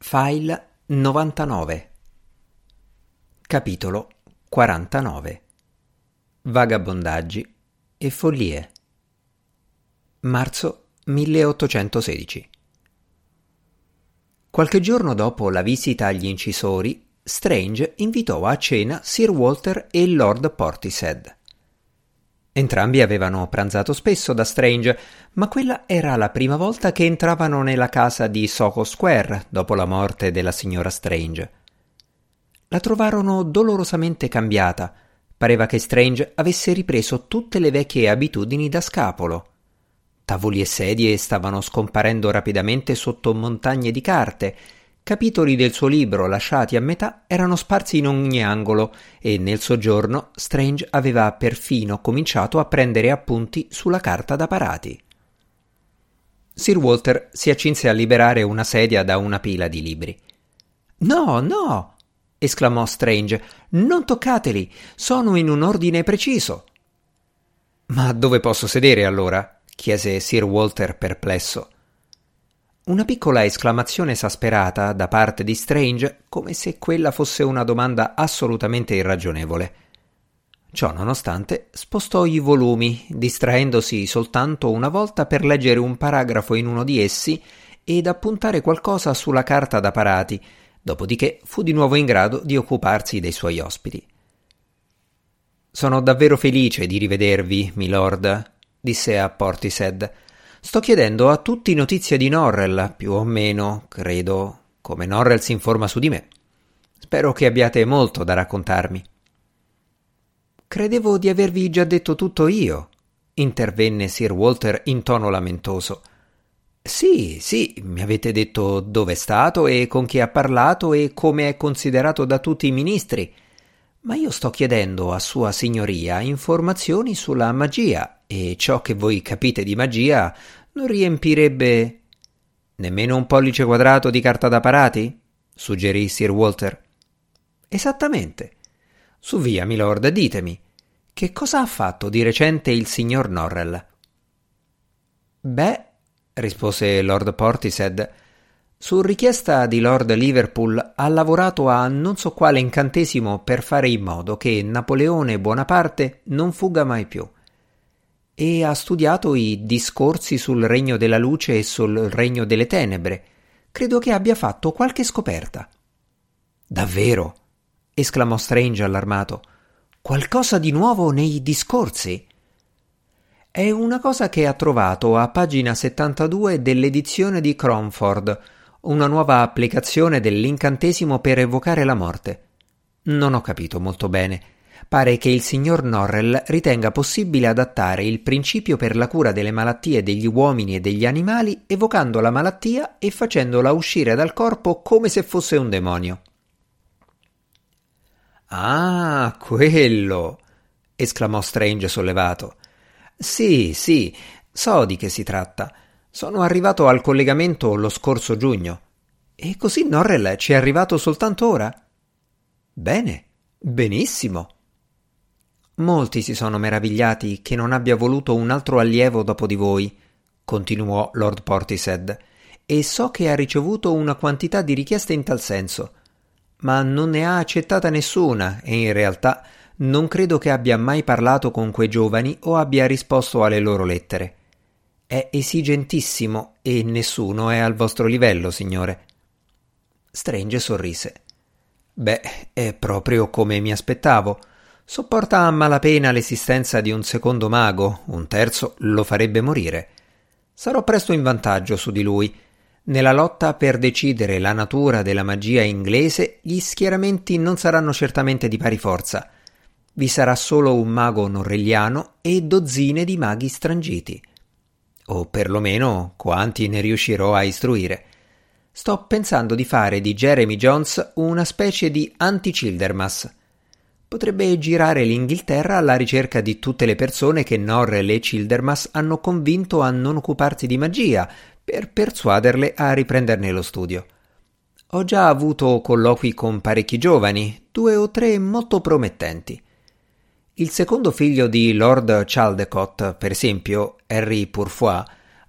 File 99. Capitolo 49. Vagabondaggi e follie. Marzo 1816. Qualche giorno dopo la visita agli incisori, Strange invitò a cena Sir Walter e Lord Portishead. Entrambi avevano pranzato spesso da Strange, ma quella era la prima volta che entravano nella casa di Soho Square dopo la morte della signora Strange. La trovarono dolorosamente cambiata. Pareva che Strange avesse ripreso tutte le vecchie abitudini da scapolo. Tavoli e sedie stavano scomparendo rapidamente sotto montagne di carte. Capitoli del suo libro lasciati a metà erano sparsi in ogni angolo e nel soggiorno Strange aveva perfino cominciato a prendere appunti sulla carta da parati. Sir Walter si accinse a liberare una sedia da una pila di libri. «No, no!» esclamò Strange. «Non toccateli! Sono in un ordine preciso!» «Ma dove posso sedere allora?» chiese Sir Walter perplesso. Una piccola esclamazione esasperata da parte di Strange, come se quella fosse una domanda assolutamente irragionevole. Ciò nonostante, spostò i volumi, distraendosi soltanto una volta per leggere un paragrafo in uno di essi ed appuntare qualcosa sulla carta da parati, dopodiché fu di nuovo in grado di occuparsi dei suoi ospiti. «Sono davvero felice di rivedervi, milord», disse a Portishead. «Sto chiedendo a tutti notizie di Norrell, più o meno, credo, come Norrell si informa su di me. Spero che abbiate molto da raccontarmi». «Credevo di avervi già detto tutto io», intervenne Sir Walter in tono lamentoso. Sì, mi avete detto dove è stato e con chi ha parlato e come è considerato da tutti i ministri. Ma io sto chiedendo a Sua Signoria informazioni sulla magia e ciò che voi capite di magia non riempirebbe...» «Nemmeno un pollice quadrato di carta da parati?» suggerì Sir Walter. «Esattamente. Su via, milord, ditemi, che cosa ha fatto di recente il signor Norrell?» «Beh», rispose Lord Portishead, «su richiesta di Lord Liverpool ha lavorato a non so quale incantesimo per fare in modo che Napoleone Bonaparte non fugga mai più. E ha studiato i discorsi sul regno della luce e sul regno delle tenebre. Credo che abbia fatto qualche scoperta». «Davvero?» esclamò Strange allarmato. «Qualcosa di nuovo nei discorsi?» «È una cosa che ha trovato a pagina 72 dell'edizione di Cromford, una nuova applicazione dell'incantesimo per evocare la morte. Non ho capito molto bene. Pare che il signor Norrell ritenga possibile adattare il principio per la cura delle malattie degli uomini e degli animali evocando la malattia e facendola uscire dal corpo come se fosse un demonio». «Ah, quello!» esclamò Strange sollevato. Sì, so di che si tratta. Sono arrivato al collegamento lo scorso giugno. E così Norrell ci è arrivato soltanto ora? Bene, benissimo. Molti si sono meravigliati che non abbia voluto un altro allievo dopo di voi, continuò Lord Portishead, e so che ha ricevuto una quantità di richieste in tal senso, ma non ne ha accettata nessuna e in realtà non credo che abbia mai parlato con quei giovani o abbia risposto alle loro lettere. È esigentissimo e nessuno è al vostro livello, signore». Strange sorrise. «Beh, è proprio come mi aspettavo. Sopporta a malapena l'esistenza di un secondo mago, un terzo lo farebbe morire. Sarò presto in vantaggio su di lui. Nella lotta per decidere la natura della magia inglese, gli schieramenti non saranno certamente di pari forza. Vi sarà solo un mago norrelliano e dozzine di maghi strangiti. O perlomeno quanti ne riuscirò a istruire. Sto pensando di fare di Jeremy Jones una specie di anti-Childermas. Potrebbe girare l'Inghilterra alla ricerca di tutte le persone che Norrell e Childermas hanno convinto a non occuparsi di magia, per persuaderle a riprenderne lo studio. Ho già avuto colloqui con parecchi giovani, 2 o 3 molto promettenti. Il secondo figlio di Lord Chaldecott, per esempio, Henry Purfoy,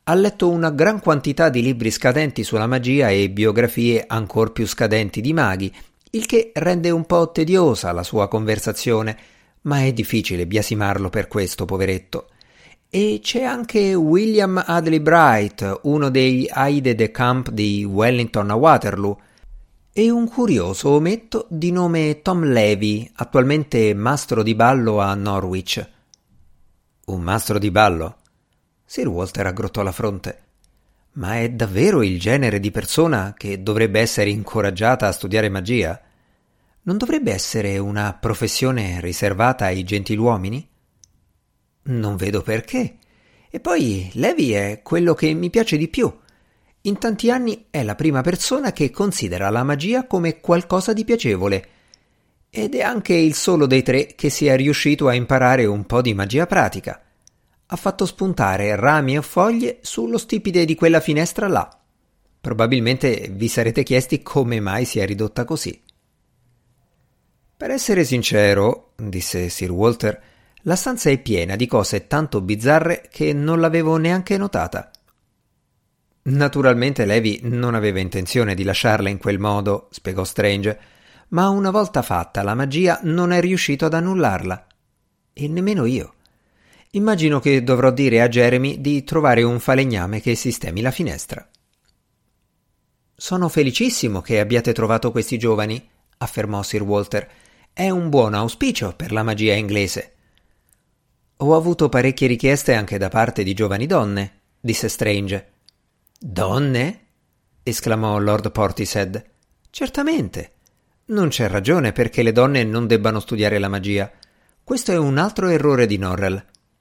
Ha letto una gran quantità di libri scadenti sulla magia e biografie ancor più scadenti di maghi, il che rende un po' tediosa la sua conversazione, ma è difficile biasimarlo per questo, poveretto. E c'è anche William Adley Bright, uno dei aide de camp di Wellington a Waterloo, e un curioso ometto di nome Tom Levy, attualmente mastro di ballo a Norwich. Un mastro di ballo? Sir Walter aggrottò la fronte. Ma è davvero il genere di persona che dovrebbe essere incoraggiata a studiare magia? Non dovrebbe essere una professione riservata ai gentiluomini? Non vedo perché. E poi Levi è quello che mi piace di più. In tanti anni è la prima persona che considera la magia come qualcosa di piacevole. Ed è anche il solo dei tre che sia riuscito a imparare un po' di magia pratica. Ha fatto spuntare rami e foglie sullo stipite di quella finestra là. Probabilmente vi sarete chiesti come mai si è ridotta così. Per essere sincero, disse Sir Walter, la stanza è piena di cose tanto bizzarre che non l'avevo neanche notata. Naturalmente Levi non aveva intenzione di lasciarla in quel modo, spiegò Strange, ma una volta fatta la magia non è riuscito ad annullarla. E nemmeno io. Immagino che dovrò dire a Jeremy di trovare un falegname che sistemi la finestra. Sono felicissimo che abbiate trovato questi giovani, affermò Sir Walter. È un buon auspicio per la magia inglese. Ho avuto parecchie richieste anche da parte di giovani donne, disse Strange. Donne? Esclamò Lord Portishead. Certamente. Non c'è ragione perché le donne non debbano studiare la magia. Questo è un altro errore di Norrell.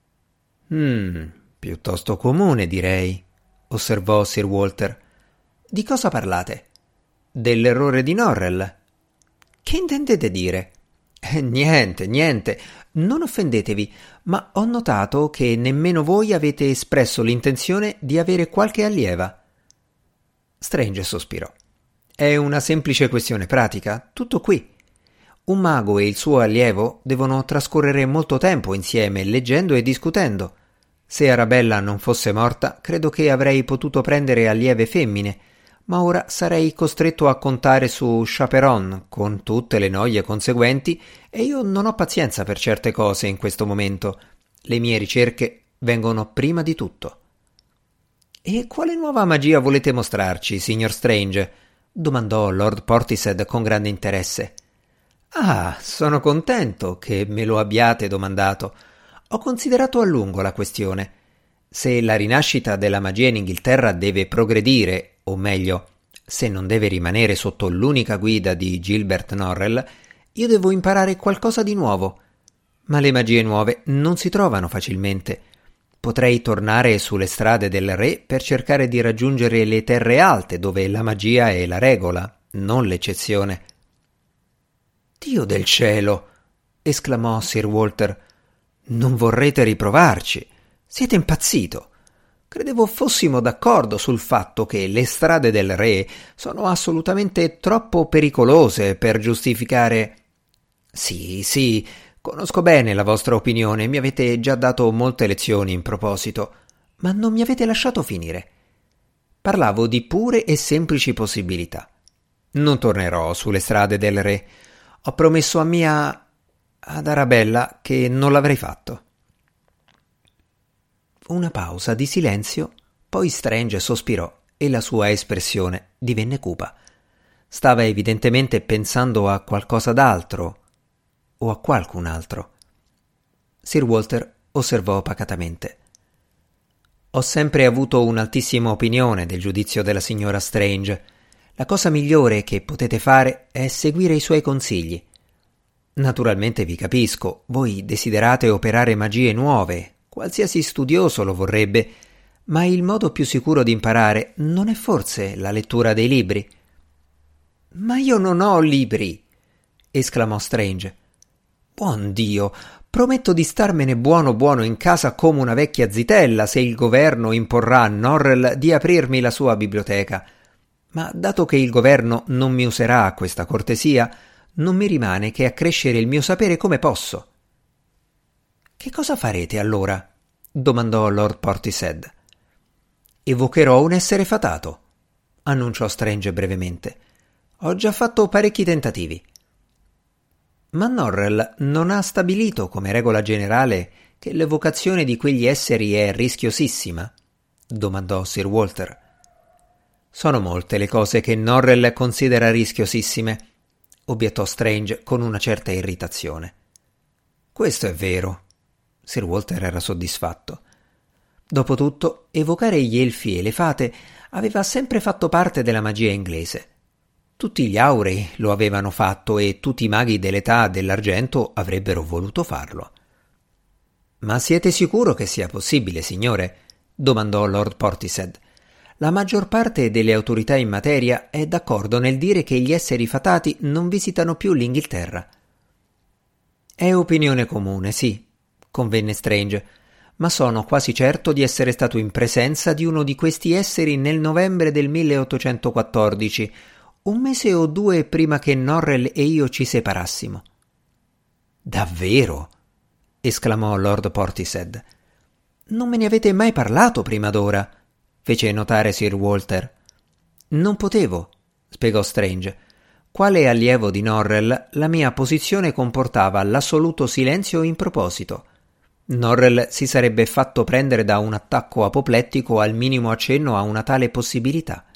Piuttosto comune, direi, osservò Sir Walter. Di cosa parlate? Dell'errore di Norrell. Che intendete dire? Niente, non offendetevi, ma ho notato che nemmeno voi avete espresso l'intenzione di avere qualche allieva. Strange sospirò. È una semplice questione pratica, tutto qui. Un mago e il suo allievo devono trascorrere molto tempo insieme, leggendo e discutendo. Se Arabella non fosse morta, credo che avrei potuto prendere allieve femmine, ma ora sarei costretto a contare su Chaperon, con tutte le noie conseguenti, e io non ho pazienza per certe cose in questo momento. Le mie ricerche vengono prima di tutto. E quale nuova magia volete mostrarci, signor Strange? Domandò Lord Portishead con grande interesse. Ah, sono contento che me lo abbiate domandato. Ho considerato a lungo la questione. Se la rinascita della magia in Inghilterra deve progredire, o meglio, se non deve rimanere sotto l'unica guida di Gilbert Norrell, io devo imparare qualcosa di nuovo. Ma le magie nuove non si trovano facilmente. Potrei tornare sulle strade del re per cercare di raggiungere le terre alte, dove la magia è la regola, non l'eccezione. Dio del cielo! Esclamò Sir Walter. Non vorrete riprovarci? Siete impazzito! Credevo fossimo d'accordo sul fatto che le strade del re sono assolutamente troppo pericolose per giustificare... Sì, conosco bene la vostra opinione, mi avete già dato molte lezioni in proposito, ma non mi avete lasciato finire. Parlavo di pure e semplici possibilità. Non tornerò sulle strade del re. Ho promesso ad Arabella che non l'avrei fatto. Una pausa di silenzio, poi Strange sospirò e la sua espressione divenne cupa. Stava evidentemente pensando a qualcosa d'altro o a qualcun altro. Sir Walter osservò pacatamente. Ho sempre avuto un'altissima opinione del giudizio della signora Strange. La cosa migliore che potete fare è seguire i suoi consigli. Naturalmente vi capisco, voi desiderate operare magie nuove, qualsiasi studioso lo vorrebbe, ma il modo più sicuro di imparare non è forse la lettura dei libri? Ma io non ho libri! Esclamò Strange. Buon Dio, prometto di starmene buono in casa come una vecchia zitella se il governo imporrà a Norrell di aprirmi la sua biblioteca. Ma dato che il governo non mi userà questa cortesia, non mi rimane che accrescere il mio sapere come posso. Che cosa farete allora? Domandò Lord Portishead. Evocherò un essere fatato, annunciò Strange brevemente. Ho già fatto parecchi tentativi. Ma Norrell non ha stabilito come regola generale che l'evocazione di quegli esseri è rischiosissima? Domandò Sir Walter. Sono molte le cose che Norrell considera rischiosissime, obiettò Strange con una certa irritazione. Questo è vero. Sir Walter era soddisfatto. Dopotutto, evocare gli elfi e le fate aveva sempre fatto parte della magia inglese. Tutti gli aurei lo avevano fatto e tutti i maghi dell'età dell'argento avrebbero voluto farlo. Ma siete sicuro che sia possibile, signore? Domandò Lord Portishead. La maggior parte delle autorità in materia è d'accordo nel dire che gli esseri fatati non visitano più l'Inghilterra. È opinione comune, sì, convenne Strange, ma sono quasi certo di essere stato in presenza di uno di questi esseri nel novembre del 1814, un mese o due prima che Norrell e io ci separassimo. Davvero? Esclamò Lord Portishead. Non me ne avete mai parlato prima d'ora, fece notare Sir Walter. Non potevo, spiegò Strange. Quale allievo di Norrell, la mia posizione comportava l'assoluto silenzio in proposito. Norrell si sarebbe fatto prendere da un attacco apoplettico al minimo accenno a una tale possibilità.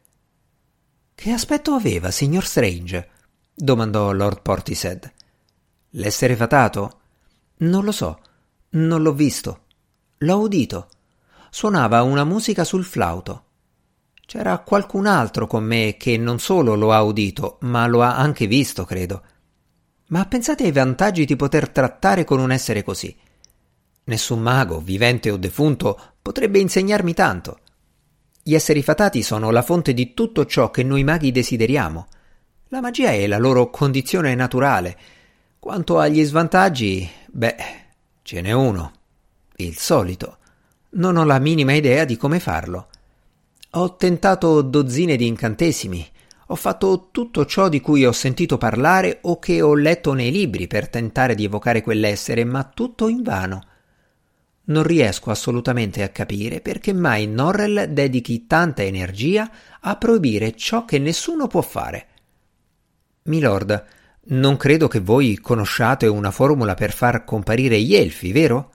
Che aspetto aveva, signor Strange? Domandò Lord Portishead. L'essere fatato? Non lo so, non l'ho visto. L'ho udito. Suonava una musica sul flauto. C'era qualcun altro con me che non solo lo ha udito, ma lo ha anche visto, credo. Ma pensate ai vantaggi di poter trattare con un essere così. Nessun mago, vivente o defunto, potrebbe insegnarmi tanto. Gli esseri fatati sono la fonte di tutto ciò che noi maghi desideriamo. La magia è la loro condizione naturale. Quanto agli svantaggi, ce n'è uno. Il solito. Non ho la minima idea di come farlo. Ho tentato dozzine di incantesimi. Ho fatto tutto ciò di cui ho sentito parlare o che ho letto nei libri per tentare di evocare quell'essere, ma tutto invano. Non riesco assolutamente a capire perché mai Norrell dedichi tanta energia a proibire ciò che nessuno può fare. Milord, non credo che voi conosciate una formula per far comparire gli elfi, vero?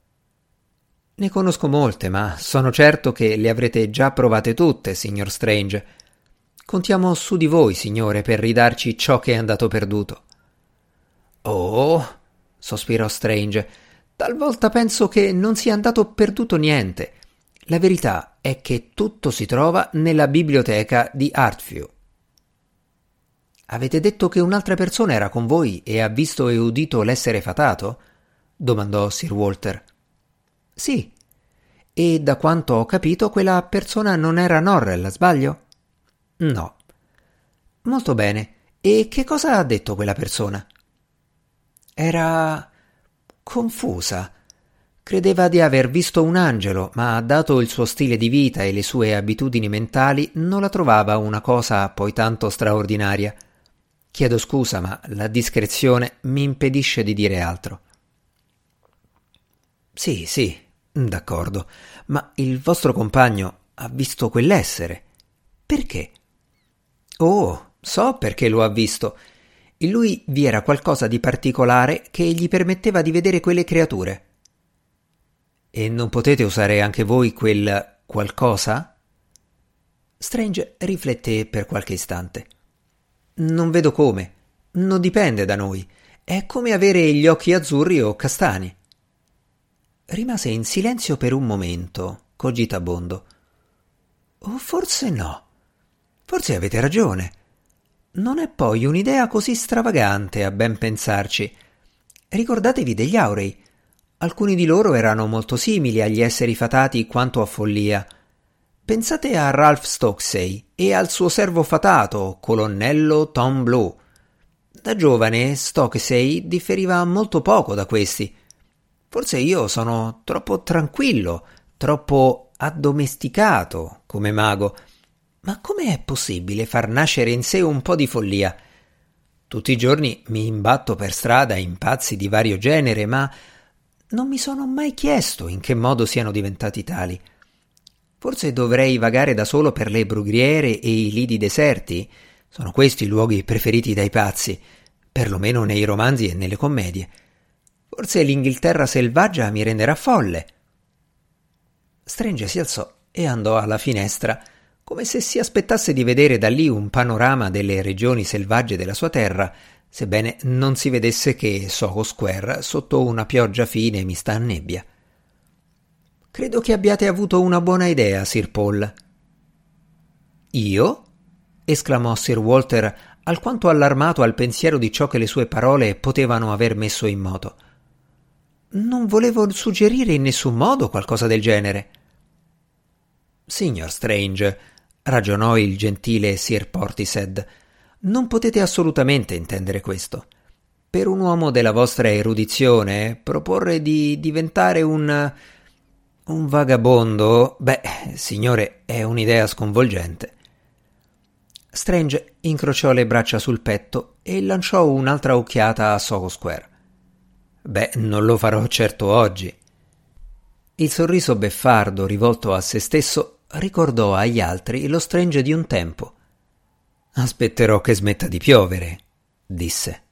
Ne conosco molte, ma sono certo che le avrete già provate tutte, signor Strange. Contiamo su di voi, signore, per ridarci ciò che è andato perduto. Oh, sospirò Strange. Talvolta penso che non sia andato perduto niente. La verità è che tutto si trova nella biblioteca di Heartfew. Avete detto che un'altra persona era con voi e ha visto e udito l'essere fatato? Domandò Sir Walter. Sì, e da quanto ho capito quella persona non era Norrell, sbaglio? No. Molto bene. E che cosa ha detto quella persona? Era confusa. Credeva di aver visto un angelo, ma dato il suo stile di vita e le sue abitudini mentali, non la trovava una cosa poi tanto straordinaria. Chiedo scusa, ma la discrezione mi impedisce di dire altro. Sì, d'accordo, ma il vostro compagno ha visto quell'essere. Perché? Oh, so perché lo ha visto. In lui vi era qualcosa di particolare che gli permetteva di vedere quelle creature. E non potete usare anche voi quel qualcosa? Strange rifletté per qualche istante. Non vedo come. Non dipende da noi. È come avere gli occhi azzurri o castani. Rimase in silenzio per un momento, cogitabondo. O forse no. Forse avete ragione. Non è poi un'idea così stravagante, a ben pensarci. Ricordatevi degli aurei. Alcuni di loro erano molto simili agli esseri fatati quanto a follia. Pensate a Ralph Stokesay e al suo servo fatato, colonnello Tom Blue. Da giovane Stokesay differiva molto poco da questi. Forse io sono troppo tranquillo, troppo addomesticato come mago. Ma come è possibile far nascere in sé un po' di follia? Tutti i giorni mi imbatto per strada in pazzi di vario genere, ma non mi sono mai chiesto in che modo siano diventati tali. Forse dovrei vagare da solo per le brughiere e i lidi deserti? Sono questi i luoghi preferiti dai pazzi, perlomeno nei romanzi e nelle commedie. Forse l'Inghilterra selvaggia mi renderà folle. Strange si alzò e andò alla finestra, come se si aspettasse di vedere da lì un panorama delle regioni selvagge della sua terra, sebbene non si vedesse che Soho Square sotto una pioggia fine mista a nebbia. «Credo che abbiate avuto una buona idea, Sir Paul». «Io?» esclamò Sir Walter, alquanto allarmato al pensiero di ciò che le sue parole potevano aver messo in moto. «Non volevo suggerire in nessun modo qualcosa del genere». «Signor Strange», ragionò il gentile Sir Portishead, «non potete assolutamente intendere questo. Per un uomo della vostra erudizione, proporre di diventare un vagabondo, signore, è un'idea sconvolgente». Strange incrociò le braccia sul petto e lanciò un'altra occhiata a Soho Square. Non lo farò certo oggi». Il sorriso beffardo rivolto a se stesso ricordò agli altri lo Strange di un tempo. «Aspetterò che smetta di piovere», disse.